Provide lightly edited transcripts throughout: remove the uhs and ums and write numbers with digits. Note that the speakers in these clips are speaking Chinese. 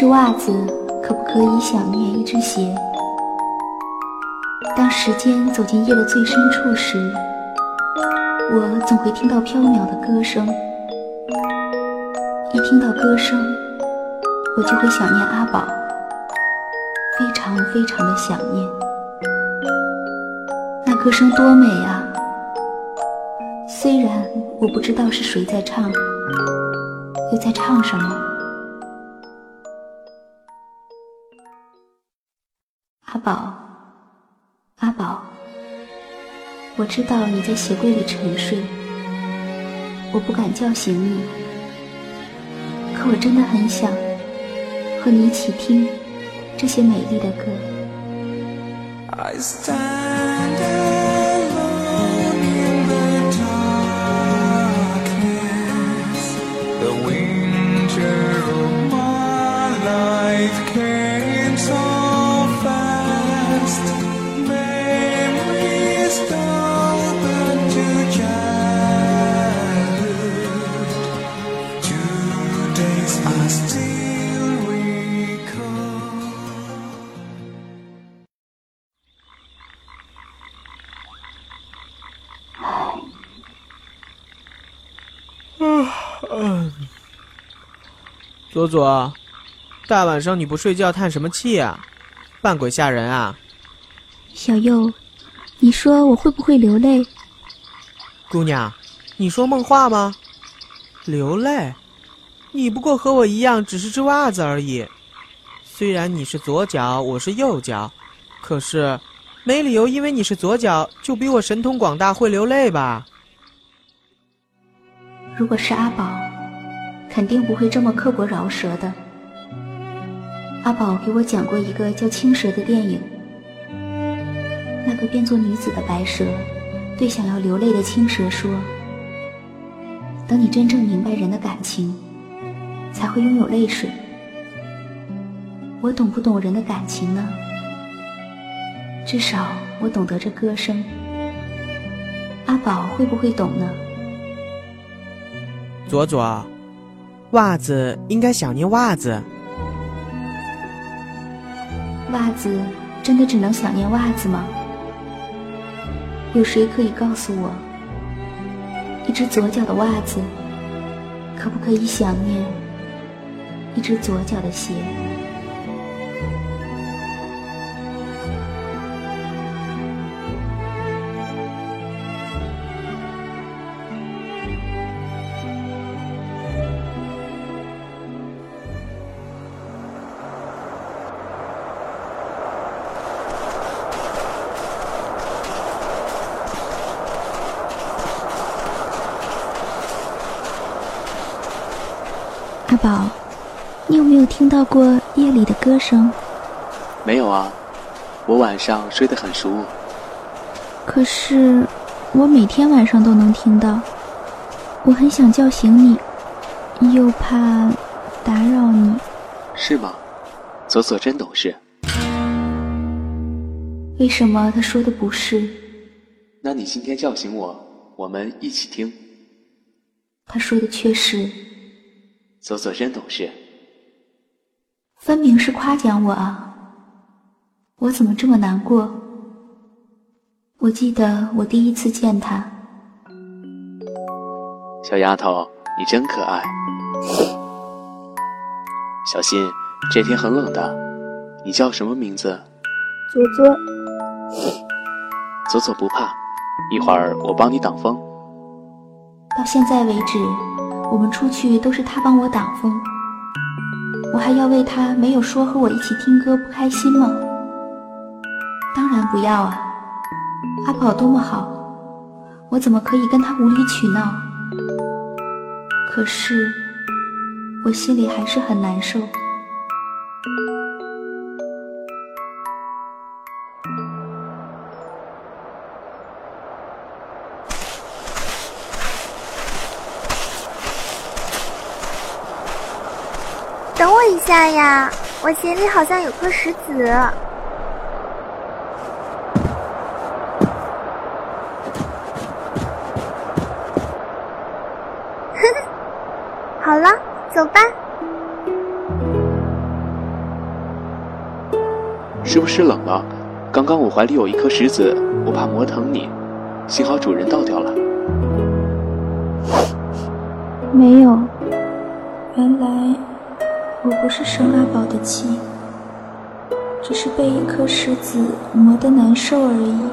只袜子可不可以想念一只鞋？当时间走进夜的最深处时，我总会听到飘渺的歌声。一听到歌声，我就会想念阿宝，非常非常的想念。那歌声多美啊！虽然我不知道是谁在唱，又在唱什么。阿宝，阿宝，我知道你在鞋柜里沉睡，我不敢叫醒你，可我真的很想和你一起听这些美丽的歌。 I stand alone in the darkness. The winter of my life came so fast. Memories dull back to childhood. 2 days I still recall. 左左，大晚上你不睡觉叹什么气啊？扮鬼吓人啊？ 小右，你说我会不会流泪？ 姑娘，你说梦话吗？流泪？你不过和我一样，只是只袜子而已。虽然你是左脚，我是右脚，可是没理由因为你是左脚就比我神通广大会流泪吧？ 如果是阿宝，肯定不会这么刻薄饶舌的。阿宝给我讲过一个叫青蛇的电影，那个变作女子的白蛇对想要流泪的青蛇说，等你真正明白人的感情，才会拥有泪水。我懂不懂人的感情呢？至少我懂得这歌声。阿宝会不会懂呢？ 左左，袜子应该想念袜子。 袜子真的只能想念袜子吗？有谁可以告诉我，一只左脚的袜子可不可以想念一只左脚的鞋？阿宝，你有没有听到过夜里的歌声？ 没有啊，我晚上睡得很熟。 可是我每天晚上都能听到，我很想叫醒你，又怕打扰你。 是吗？左左真懂事。 为什么他说的不是？ 那你今天叫醒我，我们一起听。 他说的却是。 左左真懂事， 分明是夸奖我啊！我怎么这么难过？我记得我第一次见他。 小丫头，你真可爱。小心，这天很冷的。你叫什么名字？ 左左。 左左不怕，一会儿我帮你挡风。 到现在为止，我们出去都是他帮我挡风，我还要为他没有说和我一起听歌不开心吗？当然不要啊！阿宝多么好，我怎么可以跟他无理取闹？可是我心里还是很难受。 等我一下呀，我鞋里好像有颗石子。好了，走吧。 是不是冷了？刚刚我怀里有一颗石子，我怕磨疼你，幸好主人倒掉了。 没有，原来我不是生阿宝的气，只是被一颗石子磨得难受而已。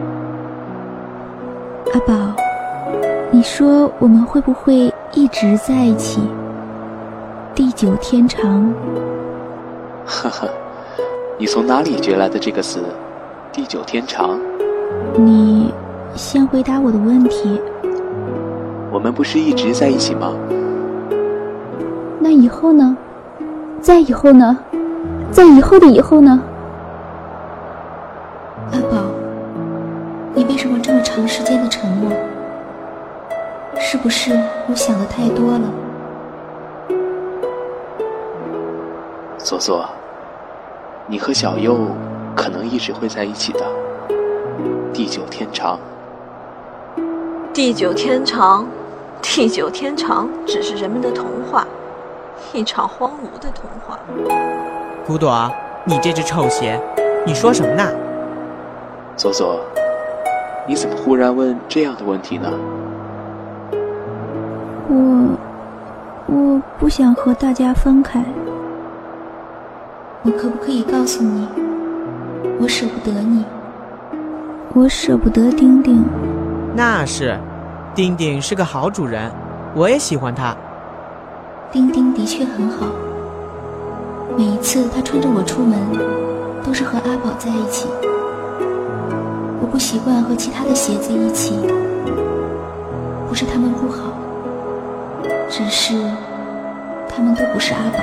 阿宝，你说我们会不会一直在一起，地久天长？ 哈哈，你从哪里学来的这个词地久天长？ 你先回答我的问题。 我们不是一直在一起吗？ 那以后呢？再以后呢？再以后的以后呢？阿宝，你为什么这么长时间的沉默？是不是我想的太多了？ 左左，你和小右可能一直会在一起的，地久天长。 地久天长，地久天长只是人们的童话，一场荒芜的童话。 古朵，你这只臭鞋，你说什么呢？ 左左，你怎么忽然问这样的问题呢？ 我不想和大家分开。我可不可以告诉你，我舍不得你，我舍不得丁丁。 那是，丁丁是个好主人，我也喜欢他。 丁丁的确很好，每一次他穿着我出门，都是和阿宝在一起。我不习惯和其他的鞋子一起，不是他们不好，只是他们都不是阿宝。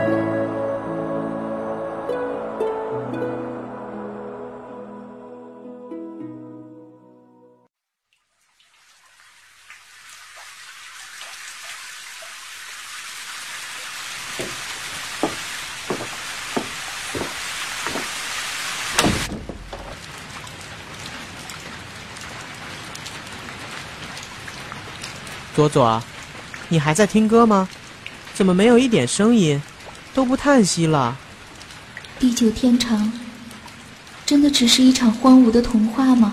左左，你还在听歌吗？怎么没有一点声音，都不叹息了？ 地久天长，真的只是一场荒芜的童话吗？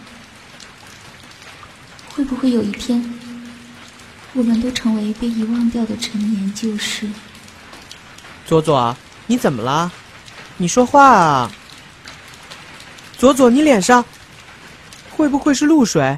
会不会有一天，我们都成为被遗忘掉的陈年旧事？ 左左，你怎么了？你说话啊！左左，你脸上会不会是露水？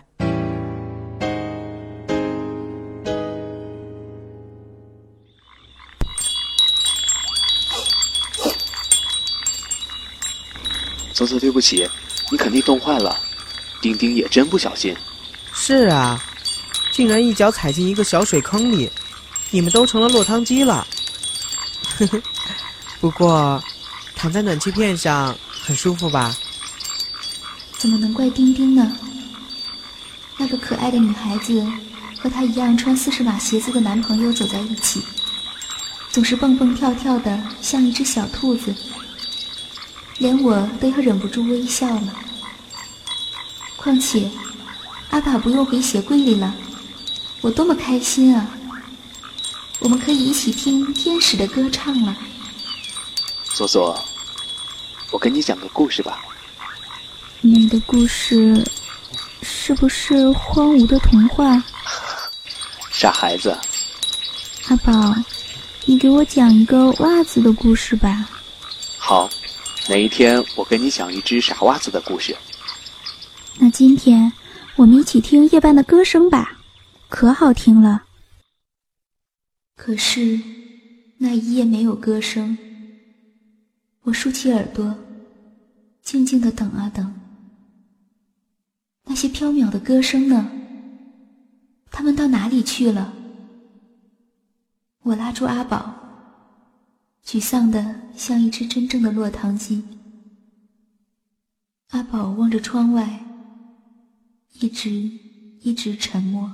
左左，对不起，你肯定冻坏了。丁丁也真不小心。 是啊，竟然一脚踩进一个小水坑里，你们都成了落汤鸡了。呵呵，不过躺在暖气片上很舒服吧？ 怎么能怪丁丁呢？那个可爱的女孩子和她一样穿40码鞋子的男朋友走在一起，总是蹦蹦跳跳的，像一只小兔子，连我都要忍不住微笑了。况且阿爸不用回鞋柜里了，我多么开心啊！我们可以一起听天使的歌唱了。 左左，我跟你讲个故事吧。 你的故事是不是荒芜的童话？ 傻孩子。 阿宝，你给我讲一个袜子的故事吧。 好，哪一天我跟你讲一只傻袜子的故事。 那今天我们一起听夜半的歌声吧，可好听了。可是那一夜没有歌声，我竖起耳朵，静静地等啊等。那些飘渺的歌声呢？他们到哪里去了？我拉住阿宝，沮丧得像一只真正的落汤鸡。阿宝望着窗外，一直沉默。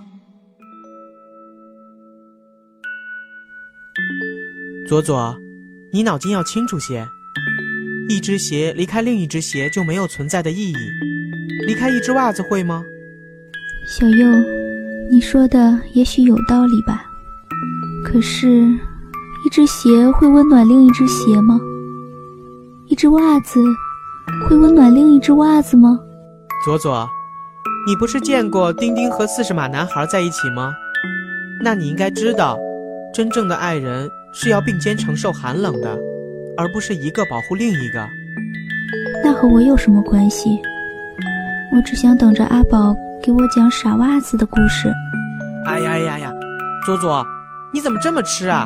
左左，你脑筋要清楚些。一只鞋离开另一只鞋就没有存在的意义，离开一只袜子会吗？ 小右，你说的也许有道理吧，可是一只鞋会温暖另一只鞋吗？一只袜子会温暖另一只袜子吗？ 左左，你不是见过丁丁和40码男孩在一起吗？那你应该知道，真正的爱人是要并肩承受寒冷的，而不是一个保护另一个。 那和我有什么关系？我只想等着阿宝给我讲傻袜子的故事。 哎呀，左左，你怎么这么痴啊？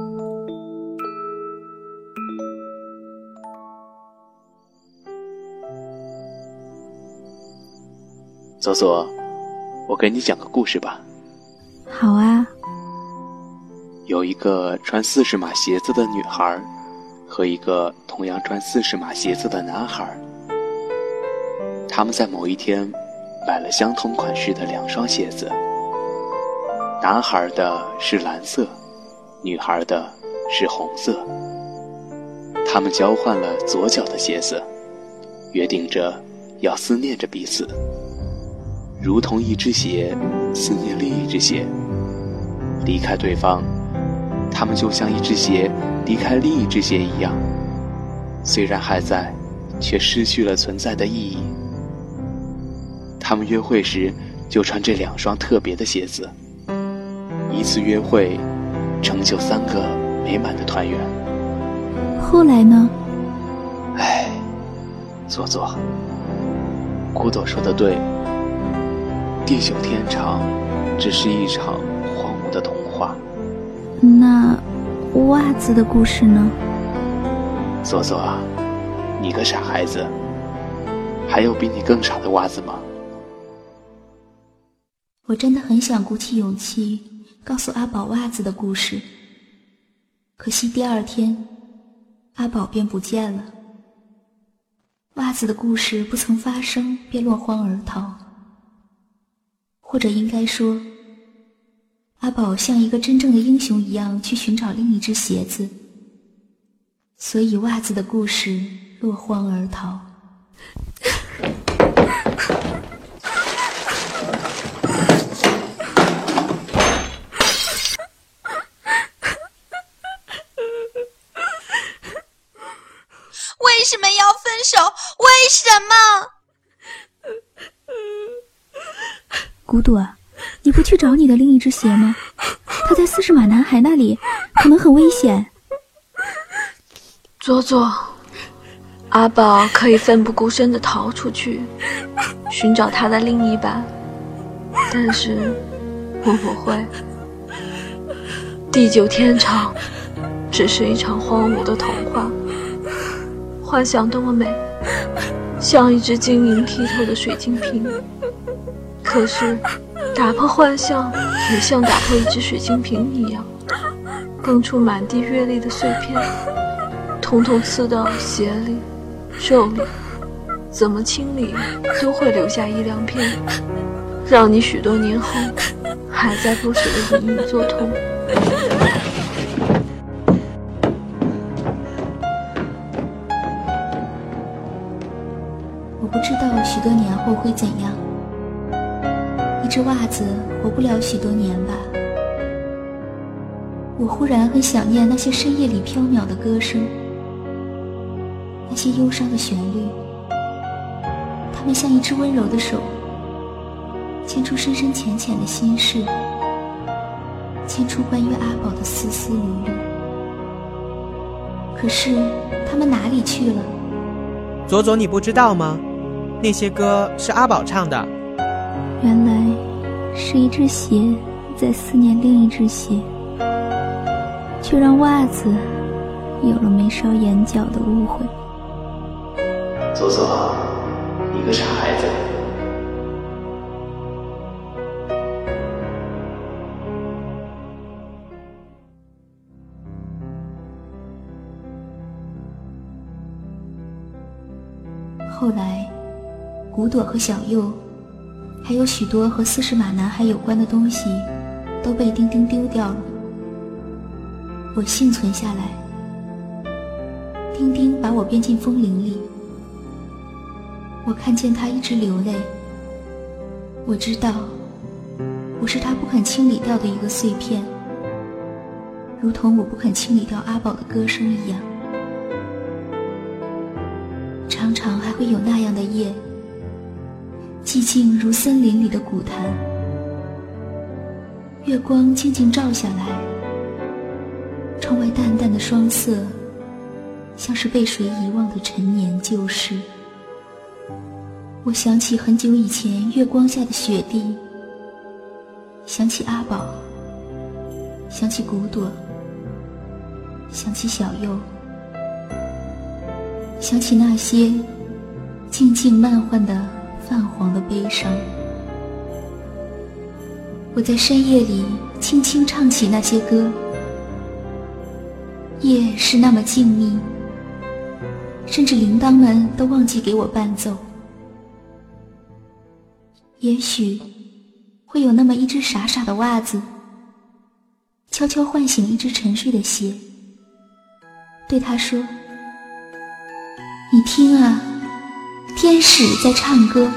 左左，我给你讲个故事吧。 好啊。 有一个穿40码鞋子的女孩和一个同样穿40码鞋子的男孩，他们在某一天买了相同款式的2双鞋子，男孩的是蓝色，女孩的是红色。他们交换了左脚的鞋子，约定着要思念着彼此，如同一只鞋思念另一只鞋。离开对方，他们就像一只鞋离开另一只鞋一样，虽然还在，却失去了存在的意义。他们约会时就穿这2双特别的鞋子，一次约会成就3个美满的团圆。 后来呢？ 唉，左左，古朵说的对，地久天长只是一场荒芜的童话。 那袜子的故事呢？ 左左啊，你个傻孩子，还有比你更傻的袜子吗？ 我真的很想鼓起勇气告诉阿宝袜子的故事，可惜第2天阿宝便不见了，袜子的故事不曾发生便落荒而逃。或者应该说，阿宝像一个真正的英雄一样去寻找另一只鞋子，所以袜子的故事落荒而逃。 为什么要分手？为什么？ 古朵，你不去找你的另一只鞋吗？他在40码男孩那里，可能很危险。 左左，阿宝可以奋不顾身地逃出去，寻找他的另一半，但是我不会。地久天长，只是一场荒芜的童话。幻想多么美，像一只晶莹剔透的水晶瓶。可是，打破幻象也像打破一只水晶瓶一样，蹦出满地阅历的碎片，统统刺到鞋里、肉里，怎么清理都会留下1、2片，让你许多年后还在不舍的隐隐作痛。 我不知道许多年后会怎样，一只袜子活不了许多年吧。我忽然很想念那些深夜里飘渺的歌声，那些忧伤的旋律，它们像一只温柔的手，牵出深深浅浅的心事，牵出关于阿宝的丝丝缕缕。可是他们哪里去了？ 左左，你不知道吗？那些歌是阿宝唱的。 原来是一只鞋在思念另一只鞋，却让袜子有了眉梢眼角的误会。 左左，你个傻孩子。 后来，古朵和小右，还有许多和40码男孩有关的东西，都被丁丁丢掉了。我幸存下来，丁丁把我编进风铃里。我看见他一直流泪，我知道，我是他不肯清理掉的一个碎片，如同我不肯清理掉阿宝的歌声一样。长常常还会有那样的夜，寂静如森林里的古潭，月光静静照下来，窗外淡淡的霜色，像是被谁遗忘的陈年旧事。我想起很久以前月光下的雪地，想起阿宝，想起古朵，想起小优，想起那些静静漫幻的泛黄的悲伤。我在深夜里轻轻唱起那些歌，夜是那么静谧，甚至铃铛们都忘记给我伴奏。也许会有那么一只傻傻的袜子，悄悄唤醒一只沉睡的鞋，对他说：你听啊，天使在唱歌。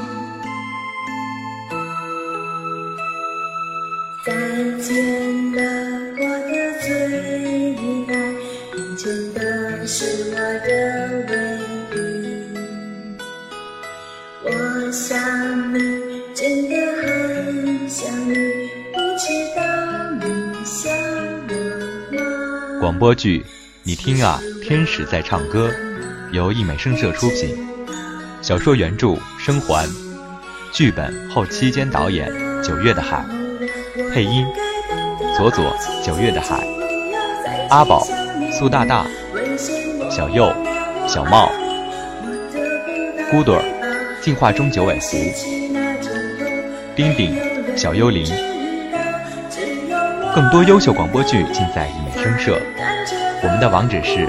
再见了，我的最爱，眼前的是我的唯一。我想你，真的很想你，不知道你想我吗？ 广播剧《你听啊，天使在唱歌》由艺美声社出品，小说原著生还，剧本后期兼导演九月的海，配音左左九月的海，阿宝苏大大，小右小茂，姑朵进化中九尾狐，丁丁小幽灵。更多优秀广播剧尽在艺美声社，我们的网址是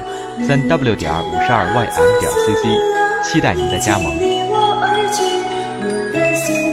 3w.52ym.cc，期待您的加盟。